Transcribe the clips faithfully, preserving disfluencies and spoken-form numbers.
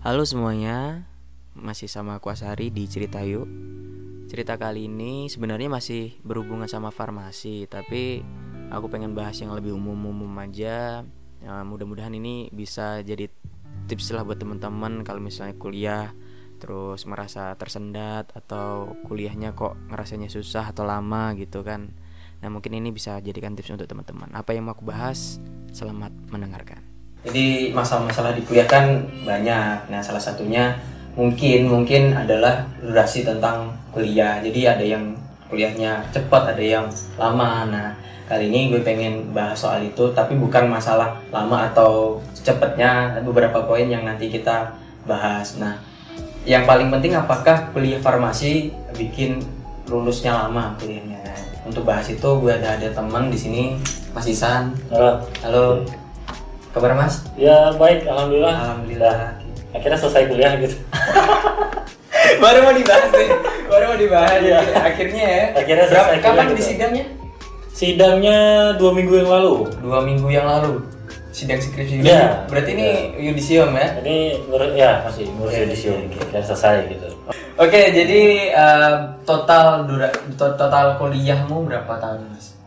Halo semuanya, masih sama aku Asari di Cerita Yuk. Cerita kali ini sebenarnya masih berhubungan sama farmasi, tapi aku pengen bahas yang lebih umum-umum aja. Ya, mudah-mudahan ini bisa jadi tips lah buat teman-teman kalau misalnya kuliah terus merasa tersendat atau kuliahnya kok ngerasanya susah atau lama gitu kan. Nah mungkin ini bisa jadikan tips untuk teman-teman. Apa yang mau aku bahas? Selamat mendengarkan. Jadi masalah-masalah di kuliah kan banyak. Nah salah satunya mungkin mungkin adalah durasi tentang kuliah. Jadi ada yang kuliahnya cepat, ada yang lama. Nah kali ini gue pengen bahas soal itu, tapi bukan masalah lama atau cepatnya. Beberapa poin yang nanti kita bahas. Nah yang paling penting, apakah kuliah farmasi bikin lulusnya lama kuliahnya? Nah, untuk bahas itu gue ada ada teman di sini, Mas Isan. Halo. Halo. Kabar Mas? Ya baik, alhamdulillah. Alhamdulillah. Akhirnya selesai kuliah gitu. Baru mau dibahas nih, baru mau dibahas ya. Akhirnya ya. Akhirnya selesai. Kapan kuliah di gitu. sidangnya? Sidangnya dua minggu yang lalu. Dua minggu yang lalu. Sidang skripsi. Ya. Berarti ini yudisium ya? Ini ngurus ya masih ngurus Oke, yudisium. oke, oke. Akhirnya selesai gitu. Oke, jadi uh, total dura, to- total kuliahmu berapa tahun Mas?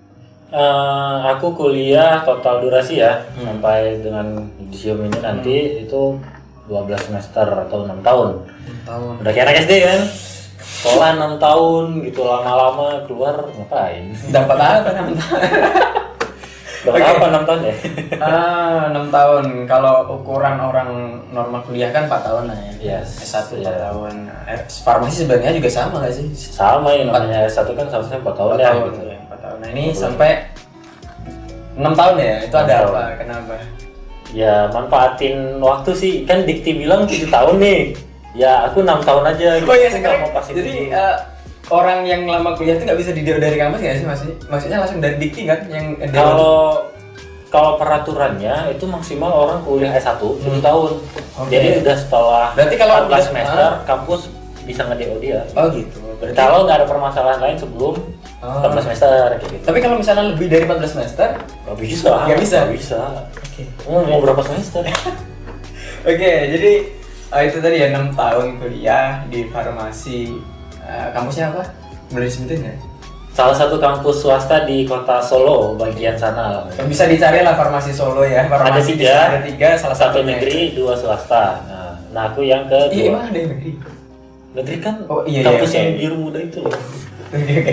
Eh, aku kuliah total durasi ya Hmm. sampai dengan yudisium ini nanti itu dua belas semester atau enam tahun. enam tahun. Udah kayak anak S D kan? Sekolah enam tahun gitu, lama-lama keluar ngapain? Dapat apa enam tahun? Dapat Oke. apa enam tahun ya? Ah, enam tahun. Kalau ukuran orang normal kuliah kan empat tahun lah ya. Yes, S satu empat iya. tahun. Eh, farmasi sebenarnya juga sama gak sih? Sama ya namanya S satu kan seharusnya empat tahun empat ya tahun, gitu. ya, empat tahun. Nah, ini sampai enam tahun ya. Itu enam ada tahun. apa? Kenapa? Ya manfaatin waktu sih, kan Dikti bilang tujuh tahun nih. Ya aku enam tahun aja gitu. Oh iya, Aku nggak sekarang mau pas itu jadi dulu. eh, orang yang lama kuliah itu nggak bisa dididik dari kampus nggak sih maksudnya? Maksudnya langsung dari dikti kan? Yang Kalau kalau peraturannya itu maksimal orang kuliah S satu tujuh tahun. Oke. Jadi udah setelah Berarti kalau empat belas udah- semester kampus bisa nge-D O dia. Oh gitu. Berarti Kalau nggak ada permasalahan lain sebelum Oh. empat belas semester kayak gitu. Tapi kalau misalnya lebih dari empat belas semester, Nggak bisa. Nggak bisa? Nggak bisa. oke. Mau, mau berapa semester? Oke, jadi eh, itu tadi ya enam tahun kuliah di farmasi. Eh, kampusnya apa? Boleh disebutin nggak? Salah satu kampus swasta di kota Solo bagian sana. Bisa dicari lah farmasi Solo ya. Farmasi Ada di tiga. sana ada tiga, salah Satu satunya. negeri, dua swasta. Nah, nah aku yang ke Iya, dua. emang ada yang negeri. Negeri kan Oh, iya, kampus iya, yang oke. biru muda itu loh. Oke, oke.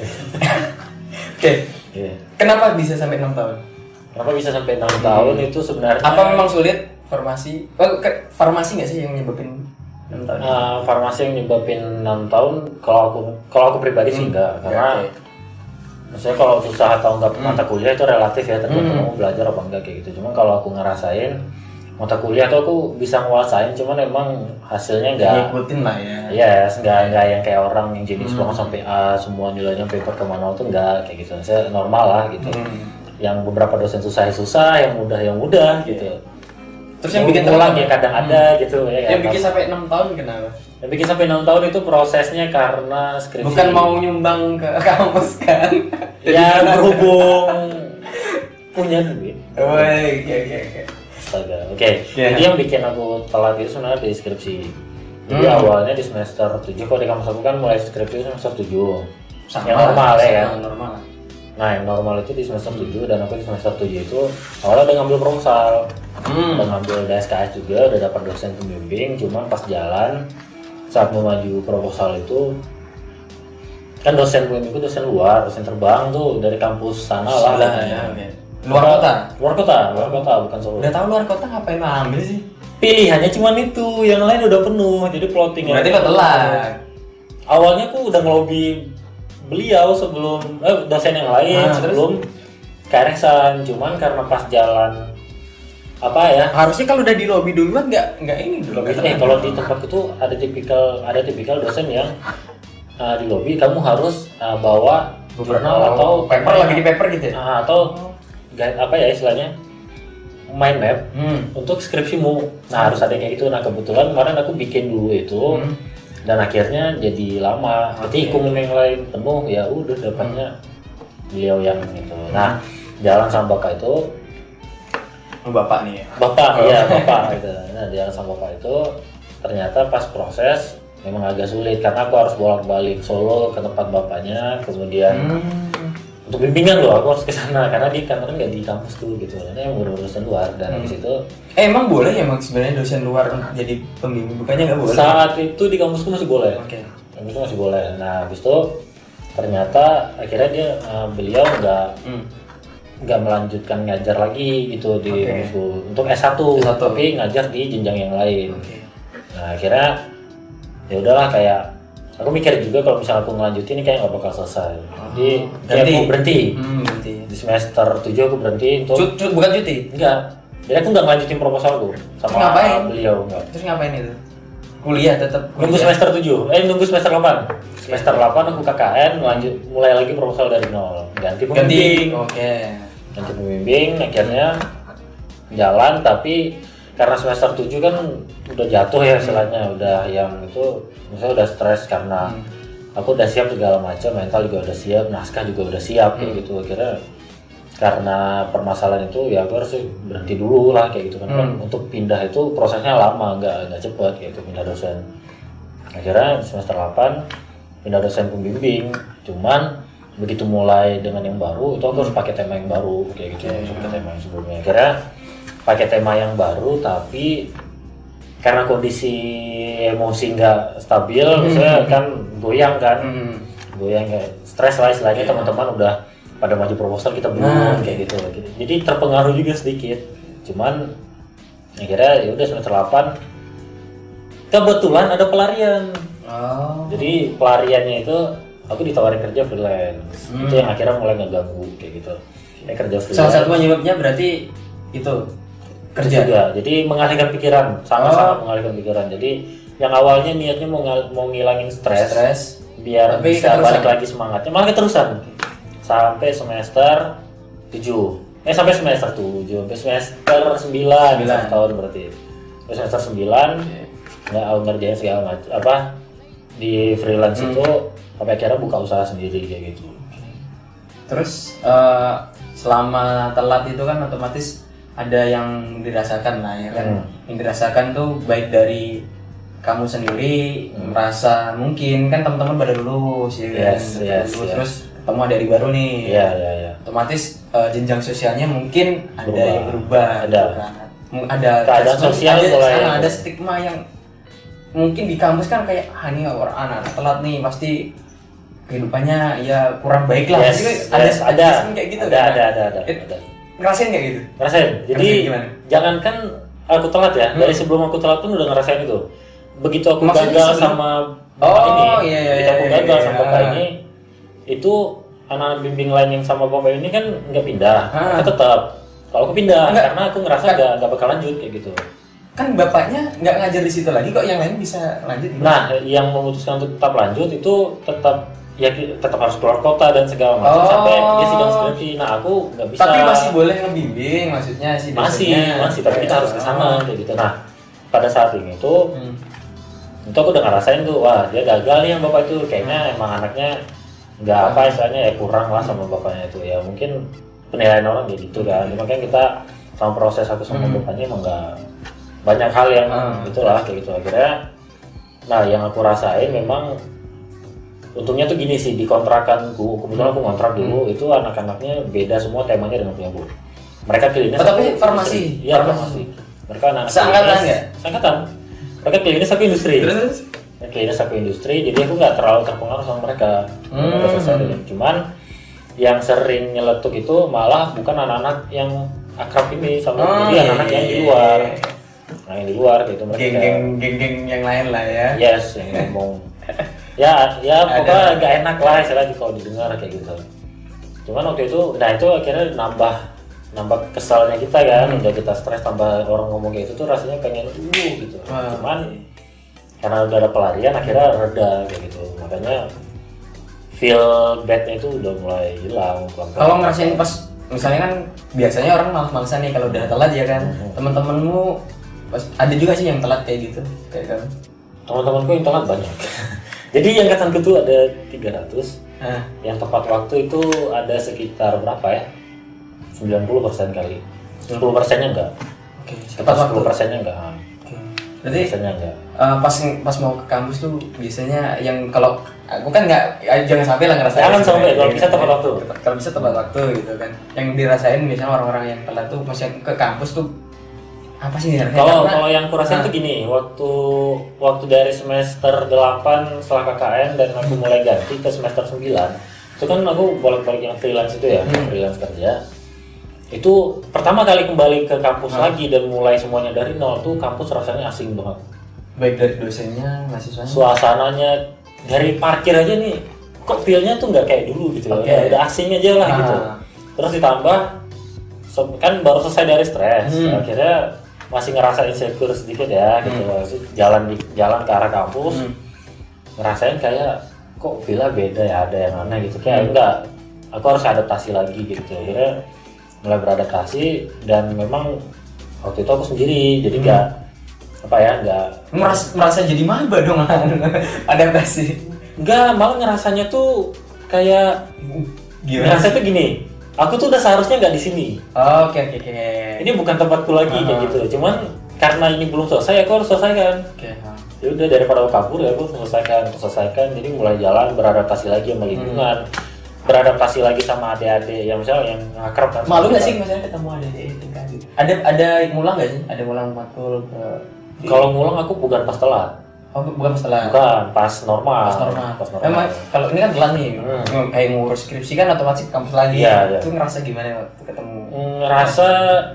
Oke, Iya. kenapa bisa sampai enam tahun? Kenapa bisa sampai enam tahun itu sebenarnya? Apa memang sulit farmasi? Oh, ke- farmasi nggak sih yang nyebabin enam tahun? uh, farmasi yang nyebabin enam tahun? Kalau aku kalau aku pribadi sih Hmm, enggak, oke, karena oke. maksudnya kalau susah atau enggak Hmm. mata kuliah itu relatif ya, tergantung Hmm. kamu belajar apa enggak kayak gitu. Cuma kalau aku ngerasain mata kuliah tuh aku bisa nguasain, cuman emang hasilnya enggak. Ngikutin lah ya. Iya, enggak enggak yang kayak orang yang jenis Hmm. banget sampai A semua nilainya paper ke manual tuh enggak kayak gitu. Saya normal lah gitu. Hmm. Yang beberapa dosen susah ya susah, yang mudah yang mudah gitu. Terus yang bikin ulang telat- ya kadang ada gitu ya. Yang kan. bikin sampai enam tahun kenapa? Yang bikin sampai enam tahun itu prosesnya karena skripsi. Bukan mau nyumbang ke kampus kan? ya berhubung punya duit. Oh, oke oke oke. Astaga. Oke. Ya. Jadi yang bikin aku telat itu sebenarnya di skripsi. Jadi Hmm. awalnya di semester tujuh, kalau di kampus aku kan mulai skripsi semester tujuh. Sama, Yang normal ya sama, kan? normal. Nah, yang normal itu di semester tujuh dan aku di semester tujuh itu awalnya udah ngambil proposal. Hmm. Udah ngambil D S K S juga, udah dapat dosen pembimbing, cuman pas jalan saat mau maju proposal itu kan dosen pembimbing itu dosen luar, dosen terbang tuh dari kampus sana lah. Lah, ya, oke. Luar kota? Luar kota, luar kota bukan Solo. Udah tahu luar kota ngapain lo ambil sih? Pilihannya cuman itu, yang lain udah penuh, jadi plotting. Berarti lo telat. Awalnya aku udah ngelobi beliau sebelum eh, dosen yang lain Nah, sebelum keresan, cuman karena pas jalan apa ya? Harusnya kalau udah di lobby duluan nggak nggak ini dulu. Eh kalau di tempat itu ada tipikal ada tipikal dosen yang uh, di lobby kamu harus uh, bawa jurnal atau paper lagi di paper gitu ya? uh, atau guide apa ya istilahnya mind map Hmm. untuk skripsimu. Nah harus ada yang kayak gitu. Nah kebetulan kemarin aku bikin dulu itu Hmm. dan akhirnya jadi lama. Jadi Oke. hukum yang lain penuh ya udah dapatnya beliau yang itu. Nah jalan sama bapak itu Oh, bapak nih ya? Bapak, iya bapak gitu. Nah jalan sama bapak itu ternyata pas proses memang agak sulit karena aku harus bolak-balik Solo ke tempat bapaknya, kemudian hmm. untuk bimbingan loh aku harus ke sana karena di kantor nggak di kampus tuh gitu. Karena yang benar-benar dosen luar dan hmm. habis itu. Eh emang boleh ya emang sebenarnya dosen luar jadi pembimbing, bukannya nggak boleh? Saat itu di kampusku masih boleh. Oke. Okay. Kampusku masih boleh. Nah habis itu ternyata akhirnya dia uh, beliau nggak hmm. nggak melanjutkan ngajar lagi gitu di okay. kampusku untuk S satu, S satu tapi ngajar di jenjang yang lain. Okay. Nah akhirnya ya udahlah kayak aku mikir juga kalau misalnya aku ngelanjutin ini kayak nggak bakal selesai. Jadi oh, kayak aku berhenti. Hmm, berhenti. Di semester tujuh aku berhenti untuk cut, cut, bukan cuti? Enggak. Jadi aku nggak ngelanjutin proposalku sama ngapain? beliau enggak. Terus ngapain itu? Kuliah tetap kuliah. Nunggu semester tujuh. Eh nunggu semester delapan. Semester delapan aku K K N lanjut mulai lagi proposal dari nol. Ganti pembimbing. Ganti. Oke. Okay. Ganti pembimbing akhirnya jalan tapi karena semester tujuh kan udah jatuh ya istilahnya, hmm. udah yang itu misalnya udah stres karena hmm. aku udah siap segala macam, mental juga udah siap, naskah juga udah siap hmm. kayak gitu. Akhirnya karena permasalahan itu ya aku harus berhenti dulu lah kayak gitu kan. Hmm. Kan untuk pindah itu prosesnya lama, nggak nggak cepet kayak gitu pindah dosen. Akhirnya semester delapan pindah dosen pembimbing, cuman begitu mulai dengan yang baru itu aku harus pakai tema yang baru kayak gitu, okay. pakai tema yang sebelumnya. Akhirnya pakai tema yang baru tapi karena kondisi emosi nggak stabil, hmm. misalnya kan goyang kan, hmm. goyang kayak stres lah istilahnya, yeah. teman-teman udah pada maju proposal kita belum nah, kayak gitu. Jadi terpengaruh juga sedikit. Cuman akhirnya ya udah semester delapan kebetulan ada pelarian. Oh. Jadi pelariannya itu aku ditawarin kerja freelance. Hmm. Itu yang akhirnya mulai ngeganggu kayak gitu. Ya, kerja freelance. Salah satu penyebabnya berarti itu kerja juga, jadi mengalihkan pikiran, sama-sama oh. mengalihkan pikiran. Jadi yang awalnya niatnya mau ngal, mau ngilangin stres, stres biar tapi bisa balik lagi semangatnya, malah keterusan sampai semester tujuh, eh sampai semester tujuh, sampai semester sembilan, satu tahun berarti. Sampai semester sembilan nggak okay. ngerjain segala macam apa di freelance hmm. itu, sampai akhirnya buka usaha sendiri kayak gitu. Terus uh, selama telat itu kan otomatis ada yang dirasakan lah ya kan, hmm. yang dirasakan tuh baik dari kamu sendiri hmm. merasa mungkin kan teman-teman pada lulus ya kan, yes, yes, lulus, yes. terus kamu ada di baru nih, yeah, yeah, yeah. otomatis uh, jenjang sosialnya mungkin berubah. Ada yang berubah, ada, kan? ada keadaan sosial ada, mulai ada, ada stigma yang mungkin di kampus kan kayak ah ini orang anak telat nih pasti kehidupannya ya kurang baik lah, yes, yes, ada ada ada kayak gitu, ada, kan? ada, ada, ada, It, ada. Ngerasain kayak gitu? Ngerasain, jadi jangankan aku telat ya, hmm. dari sebelum aku telat pun udah ngerasain itu. Begitu aku Maksudnya gagal sebelum... sama bapak oh, ini, iya, iya, begitu aku gagal iya, iya. sama bapak ini, itu anak bimbing lain yang sama bapak ini kan nggak pindah, ah. tetap. Kalau aku pindah, enggak. Karena aku ngerasa nggak nggak bakal lanjut kayak gitu. Kan bapaknya nggak ngajar di situ lagi kok, yang lain bisa lanjut. Nah, yang memutuskan untuk tetap lanjut itu tetap ya tetap harus keluar kota dan segala macam oh. sampai dia sidang skripsi. Nah aku nggak bisa. Tapi masih boleh ngebimbing, maksudnya sih. Masih, masih. Tapi kita harus ke sana kayak gitu. Nah pada saat ini itu, hmm. itu aku udah ngerasain tuh, wah dia gagal nih yang bapak itu. Kayaknya emang anaknya nggak apa istilahnya ya kurang lah sama bapaknya itu. Ya mungkin penilaian orang kayak gitu kan. Cuma kan kita sama proses aku sama hmm. bapaknya emang nggak banyak hal yang hmm. itulah kayak gitu akhirnya. Nah yang aku rasain memang untungnya tuh gini sih, di kontrakanku, kebetulan aku kontrak dulu, hmm. itu anak-anaknya beda semua temanya dengan punya aku. Mereka klinis. Oh, tapi farmasi? Iya, farmasi. Mereka anak-anak seangkatan ya? Seangkatan. Mereka klinis tapi industri. Terus? Klinis tapi industri, jadi aku nggak terlalu terpengaruh sama mereka. Hmm. Mereka cuman yang sering nyeletuk itu malah bukan anak-anak yang akrab ini sama oh, jadi anak-anak yang di luar. Nah yang di luar gitu mereka. Geng-geng geng-geng yang lain lah ya. Yes, yang ngomong. ya ya pokoknya nggak enak lah istilahnya kalau didengar kayak gitu. Cuman waktu itu, nah itu akhirnya nambah nambah kesalnya kita kan, hmm. udah kita stres tambah orang ngomong kayak itu tuh rasanya pengen uh gitu. Hmm. Cuman karena udah ada pelarian akhirnya reda kayak gitu, makanya feel badnya itu udah mulai hilang. Kalau ngerasain pas misalnya kan biasanya orang malas-malasan nih kalau udah telat ya kan, hmm. teman-temanmu ada juga sih yang telat kayak gitu kayak kamu? Teman-temanku yang telat banyak. Jadi yang angkatanku tuh ada tiga ratus, ah. yang tepat waktu itu ada sekitar berapa ya? sembilan puluh persen kali. sepuluh persennya enggak. Oke. Sekitar sepuluh persennya enggak. Oke. Berarti Persennya enggak. uh, pas pas mau ke kampus tuh biasanya yang kalau aku kan nggak jangan sampai lah ngerasain. Jangan sampai, kalau bisa tepat waktu. Kalau bisa tepat waktu gitu kan. Yang dirasain biasanya orang-orang yang telat tuh masih ke kampus tuh apa sih nih? Kalau kalau yang kurasain tuh gini, waktu waktu dari semester delapan setelah K K N dan aku mulai ganti ke semester sembilan, itu kan aku bolak-balik yang freelance itu ya, Hmm. freelance kerja. Itu pertama kali kembali ke kampus Hmm. lagi dan mulai semuanya dari nol tuh kampus rasanya asing banget. Baik dari dosennya, mahasiswanya. Suasananya dari parkir aja nih, kok feel-nya tuh nggak kayak dulu gitu, Oke. ya, udah asing aja lah Ah. gitu. Terus ditambah se- kan baru selesai dari stres, Hmm. akhirnya masih ngerasa insecure sedikit ya gitu. Maksud, jalan di jalan ke arah kampus, Hmm. ngerasain kayak kok feel-nya beda ya, ada yang aneh gitu. Kayak Hmm. enggak, aku harus adaptasi lagi gitu. Akhirnya mulai beradaptasi dan memang waktu itu aku sendiri, jadi nggak apa ya nggak merasa merasa jadi maba dong adaptasi. nggak malah ngerasanya tuh kayak Gimana? ngerasa tuh gini, aku tuh udah seharusnya nggak di sini. Oke oke oke. Ini bukan tempatku lagi kayak Ah. gitu. Cuman karena ini belum selesai, aku harus selesaikan. Oke. Ya udah daripada aku kabur ya aku selesaikan, aku selesaikan. Jadi mulai jalan beradaptasi lagi sama lingkungan, beradaptasi lagi sama adik-adik yang misalnya yang akrab kan. Malu sama nggak sih kita. misalnya ketemu ada di tingkat gitu? Ada ada ngulang nggak sih? Ada ngulang matkul ke? di- Kalau ngulang aku bukan pas telat, oh, bukan setelah. bukan pas normal. Pas normal. Pas normal. Emang kalau ini kan telat nih, Hmm. kayak ngurus skripsi kan otomatis ke kampus lagi. Iya, iya. Itu ngerasa gimana waktu ketemu? Ngerasa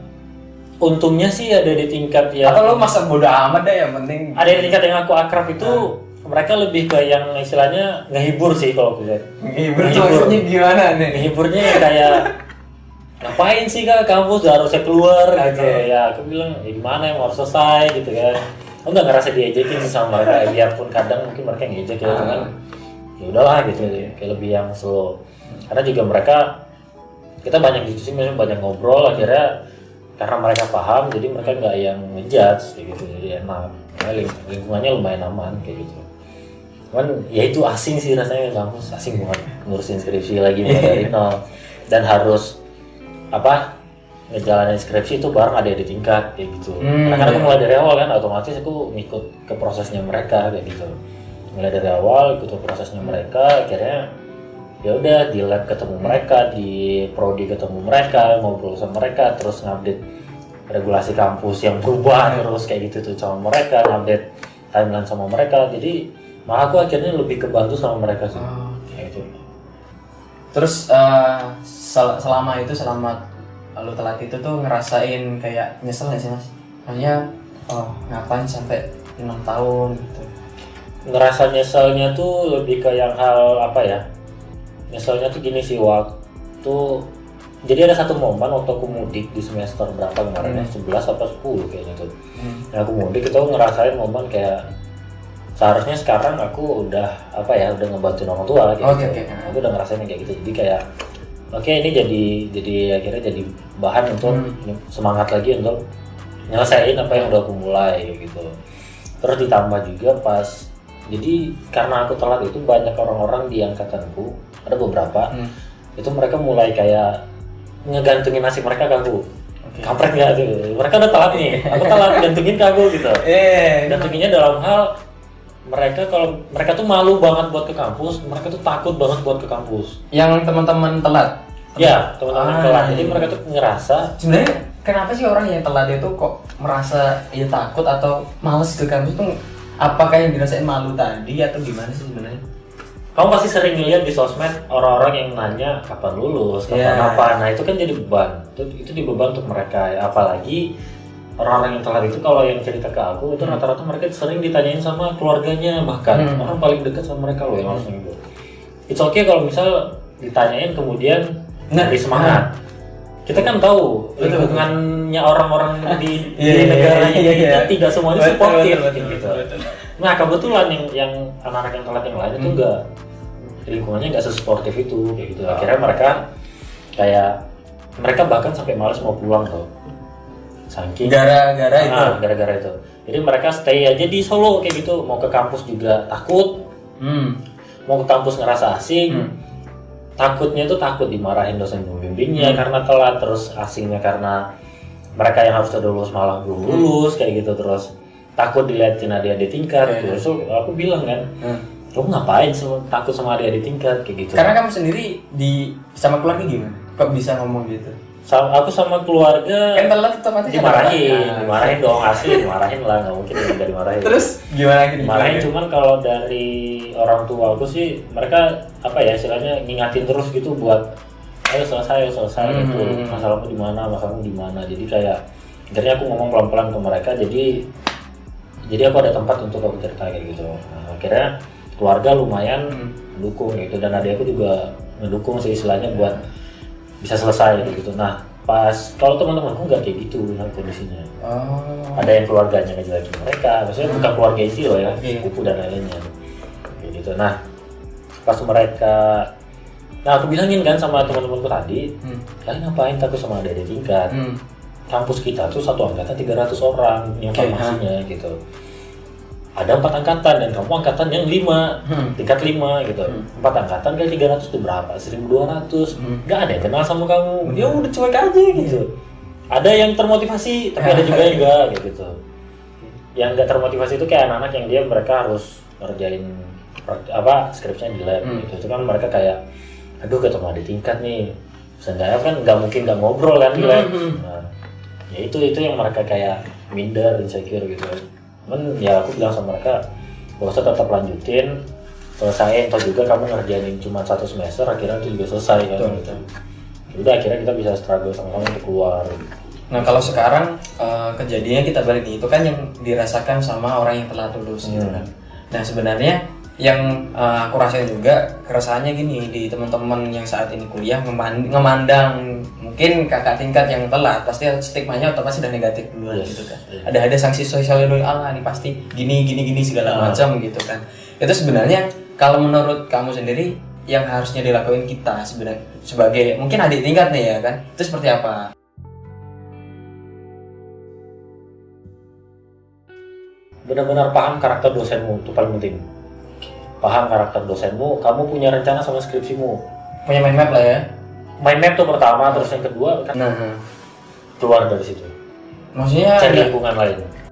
untungnya sih ada di tingkat yang Atau lo masa bodo amat deh, yang penting ada di tingkat yang aku akrab itu mereka lebih ke yang istilahnya ngehibur sih kalau aku lihat. ngehibur. Ngehibur. Maksudnya gimana nih? Ngehiburnya kayak ngapain sih kak kampus udah harusnya keluar gitu ya. Aku bilang ya gimana yang harus selesai gitu kan. Aku nggak ngerasa diejekin sih sama mereka ya, biarpun kadang mungkin mereka ngejek ya, cuman ya udahlah gitu kayak lebih yang slow. Karena juga mereka kita banyak diskusi, memang banyak ngobrol akhirnya karena mereka paham jadi mereka nggak yang ngejudge kayak gitu, jadi enak. Nah, ling- lingkungannya lumayan aman kayak gitu. Cuman ya itu asing sih rasanya kampus, asing banget ngurusin skripsi lagi mulai dari nol dan harus apa ngejalanin skripsi itu bareng ada di tingkat kayak gitu. Hmm, Karena kan aku iya. mulai dari awal kan otomatis aku ngikut ke prosesnya mereka kayak gitu. Mulai dari awal ikut ke prosesnya mereka, akhirnya ya udah di lab ketemu mereka, di prodi ketemu mereka, ngobrol sama mereka, terus ngupdate regulasi kampus yang berubah terus kayak gitu tuh sama mereka, ngupdate timeline sama mereka. Jadi malah aku akhirnya lebih kebantu sama mereka sih. Oh, Kayak gitu. Terus eh, sel- selama itu selama lu telat itu tuh ngerasain kayak nyesel nggak sih mas? Maksudnya oh ngapain sampai enam tahun gitu? Ngerasa nyeselnya tuh lebih ke yang hal apa ya? Nyeselnya tuh gini sih, waktu jadi ada satu momen waktu aku mudik di semester berapa kemarin ya, sebelas atau sepuluh kayaknya tuh. Hmm. Nah, aku mudik itu aku ngerasain momen kayak seharusnya sekarang aku udah apa ya, udah ngebantu orang tua gitu. Oke, oke. Aku udah ngerasain kayak gitu. Jadi kayak oke ini jadi jadi akhirnya jadi bahan untuk Hmm. semangat lagi untuk nyelesain apa yang udah aku mulai kayak gitu. Terus ditambah juga pas jadi karena aku telat itu banyak orang-orang di angkatanku, ada beberapa Hmm. itu mereka mulai kayak ngegantungin nasib mereka ke aku. Oke. Kampret nggak tuh, mereka udah telat nih, aku telat gantungin ke aku gitu. Eh, Gantunginnya dalam hal mereka kalau mereka tuh malu banget buat ke kampus, mereka tuh takut banget buat ke kampus. yang teman-teman telat. Ya teman-teman Ah, telat, jadi iya. mereka tuh ngerasa Sebenarnya kenapa sih orang yang telat itu kok merasa ya takut atau males ke kampus tuh? Apakah yang dirasain malu tadi atau gimana sih sebenarnya? kamu pasti sering lihat di sosmed orang-orang yang nanya kapan lulus, kapan Iya. apa. Nah itu kan jadi beban, itu itu di beban untuk mereka. Apalagi orang-orang yang telat itu kalau yang cerita ke aku itu rata-rata mereka sering ditanyain sama keluarganya, bahkan Hmm. orang paling dekat sama mereka loh yang harus ngibur. It's okay kalau misal ditanyain kemudian Nah, beri semangat. Kita kan tahu Betul, lingkungannya orang-orang di, Iya, di iya, negara iya, ini iya, iya. kita tidak semuanya Betul, suportif betul, betul, gitu. betul, betul. Nah kebetulan yang yang anak-anak yang telat yang lain itu Hmm. enggak, lingkungannya nggak sesuportif itu kayak gitu. Akhirnya mereka kayak mereka bahkan sampai malas mau pulang tuh, saking Gara-gara itu. nah, gara-gara itu. Jadi mereka stay aja di Solo kayak gitu, mau ke kampus juga takut, Hmm. mau ke kampus ngerasa asing. Hmm. Takutnya tuh takut dimarahin dosen pembimbingnya Hmm. karena telat, terus asingnya karena mereka yang harus udah lulus malah belum lulus kayak gitu, terus takut diliatin adik-adik tingkat Hmm. gitu. So aku bilang kan, Hmm. kamu ngapain sama, takut sama adik-adik tingkat kayak gitu. Karena kamu sendiri di sama keluarga gimana? Kok bisa ngomong gitu? Sama, aku sama keluarga Kan telat otomatis dimarahin, ada- dimarahin dong, asli dimarahin lah, nggak mungkin nggak dimarahin. Terus gimana akhirnya? Dimarahin cuman kalau dari orang tua aku sih mereka apa ya istilahnya ngingatin terus gitu buat ayo selesai, ayo selesai Hmm. gitu, masalahmu di mana, masalahmu di mana. Jadi kayak akhirnya aku ngomong pelan-pelan ke mereka, jadi jadi aku ada tempat untuk aku cerita kayak gitu. Nah, akhirnya keluarga lumayan Hmm. mendukung gitu, dan adik aku juga mendukung sih istilahnya buat bisa selesai gitu. Nah pas kalau teman-temanku nggak kayak gitu nah, kondisinya. Oh. Ada yang keluarganya ngejelekin mereka, maksudnya bukan keluarga inti loh ya, Oke. sepupu dan lain-lainnya kayak gitu. Nah pas mereka, nah aku bilangin kan sama teman-temanku tadi, Hmm. kalian ngapain takut sama adik-adik tingkat? Hmm. Kampus kita tuh satu angkatan tiga ratus orang yang Oke, farmasinya gitu. Ada empat angkatan dan kamu angkatan yang lima, Hmm. tingkat lima gitu. Hmm. Empat angkatan kali tiga ratus itu berapa? seribu dua ratus. Hmm. Nggak ada yang kenal sama kamu. Ya udah cuek aja gitu. Ada yang termotivasi, tapi ada juga yang enggak kayak gitu. Yang nggak termotivasi itu kayak anak-anak yang dia mereka harus ngerjain pro- apa skripsinya di lab Hmm. gitu. Itu kan mereka kayak aduh ketemu adik tingkat nih. Seenggaknya kan nggak mungkin nggak ngobrol kan di lab. Hmm. Nah, ya itu itu yang mereka kayak minder, insecure gitu. Cuman ya aku bilang sama mereka gak usah, tetap lanjutin, selesai. Atau juga kamu ngerjain cuma satu semester akhirnya itu juga selesai kan Betul, gitu. Udah akhirnya kita bisa struggle sama-sama untuk keluar. Nah kalau sekarang eh, kejadiannya kita balik nih, itu kan yang dirasakan sama orang yang telah lulus gitu Hmm. kan. Nah sebenarnya yang eh, aku rasain juga keresahannya gini di teman-teman yang saat ini kuliah ngeman- ngemandang mungkin kakak tingkat yang telat pasti stigmanya otomatis sudah negatif duluan Yes. gitu kan. Iya. Ada ada sanksi sosial yang ah ini pasti gini gini gini segala Ah. macam gitu kan. Itu sebenarnya kalau menurut kamu sendiri yang harusnya dilakuin kita sebenarnya sebagai mungkin adik tingkat nih ya kan, itu seperti apa? Benar-benar paham karakter dosenmu itu paling penting. Paham karakter dosenmu, kamu punya rencana sama skripsimu. Punya mind map lah ya. Mind map tuh pertama, terus yang kedua kan Nah, keluar dari situ. maksudnya Cari nggak- lingkungan lain.